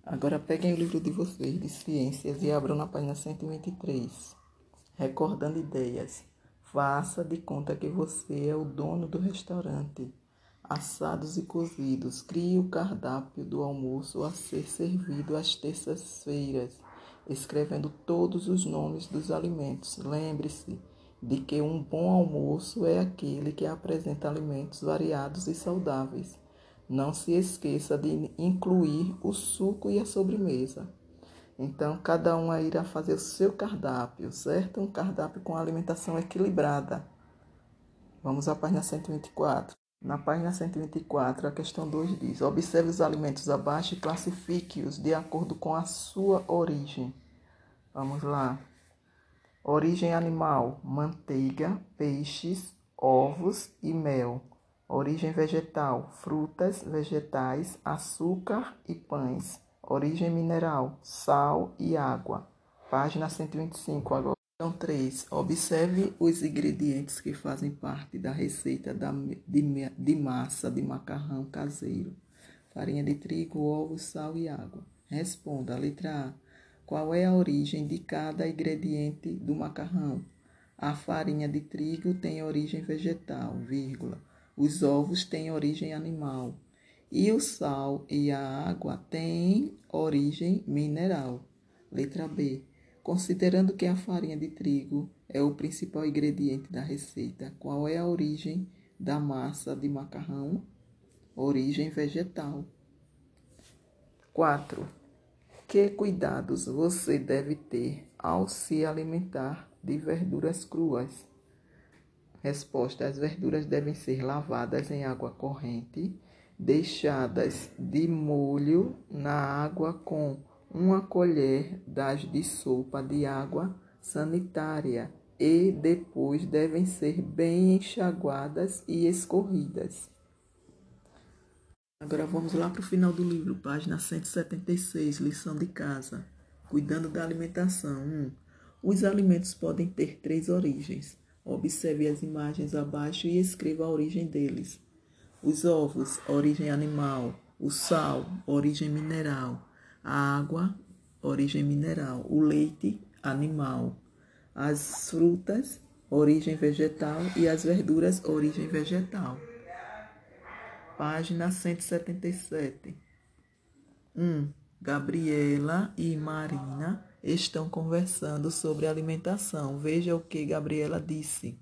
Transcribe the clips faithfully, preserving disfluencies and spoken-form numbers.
Agora peguem o livro de vocês de ciências e abram na página cento e vinte e três. Recordando ideias. Faça de conta que você é o dono do restaurante. Assados e cozidos. Crie o cardápio do almoço a ser servido às terças-feiras, escrevendo todos os nomes dos alimentos. Lembre-se de que um bom almoço é aquele que apresenta alimentos variados e saudáveis. Não se esqueça de incluir o suco e a sobremesa. Então, cada um irá fazer o seu cardápio, certo? Um cardápio com alimentação equilibrada. Vamos à página cento e vinte e quatro. Na página cento e vinte e quatro, a questão dois diz: observe os alimentos abaixo e classifique-os de acordo com a sua origem. Vamos lá. Origem animal: manteiga, peixes, ovos e mel. Origem vegetal: frutas, vegetais, açúcar e pães. Origem mineral: sal e água. Página cento e vinte e cinco. Agora, questão três. Observe os ingredientes que fazem parte da receita da, de, de massa de macarrão caseiro. Farinha de trigo, ovo, sal e água. Responda. Letra A. Qual é a origem de cada ingrediente do macarrão? A farinha de trigo tem origem vegetal, vírgula. Os ovos têm origem animal. E o sal e a água têm origem mineral. Letra B. Considerando que a farinha de trigo é o principal ingrediente da receita, qual é a origem da massa de macarrão? Origem vegetal. quatro. Que cuidados você deve ter ao se alimentar de verduras cruas? Resposta: as verduras devem ser lavadas em água corrente, deixadas de molho na água com uma colher das de sopa de água sanitária e depois devem ser bem enxaguadas e escorridas. Agora vamos lá para o final do livro, página cento e setenta e seis, lição de casa. Cuidando da alimentação. um. Os alimentos podem ter três origens. Observe as imagens abaixo e escreva a origem deles. Os ovos, origem animal. O sal, origem mineral. A água, origem mineral. O leite, animal. As frutas, origem vegetal. E as verduras, origem vegetal. Página cento e setenta e sete. um. Gabriela e Marina estão conversando sobre alimentação. Veja o que Gabriela disse.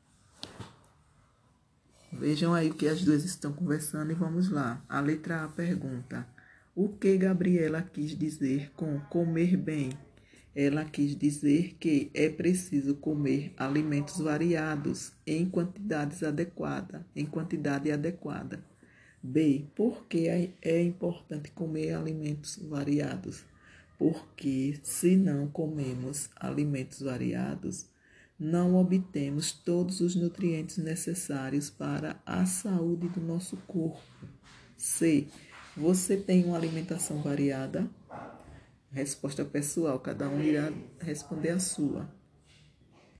Vejam aí o que as duas estão conversando e vamos lá. A letra A pergunta: o que Gabriela quis dizer com comer bem? Ela quis dizer que é preciso comer alimentos variados em quantidades adequadas, em quantidade adequada. B. Por que é importante comer alimentos variados? Porque se não comemos alimentos variados, não obtemos todos os nutrientes necessários para a saúde do nosso corpo. C. Você tem uma alimentação variada? Resposta pessoal, cada um irá responder a sua.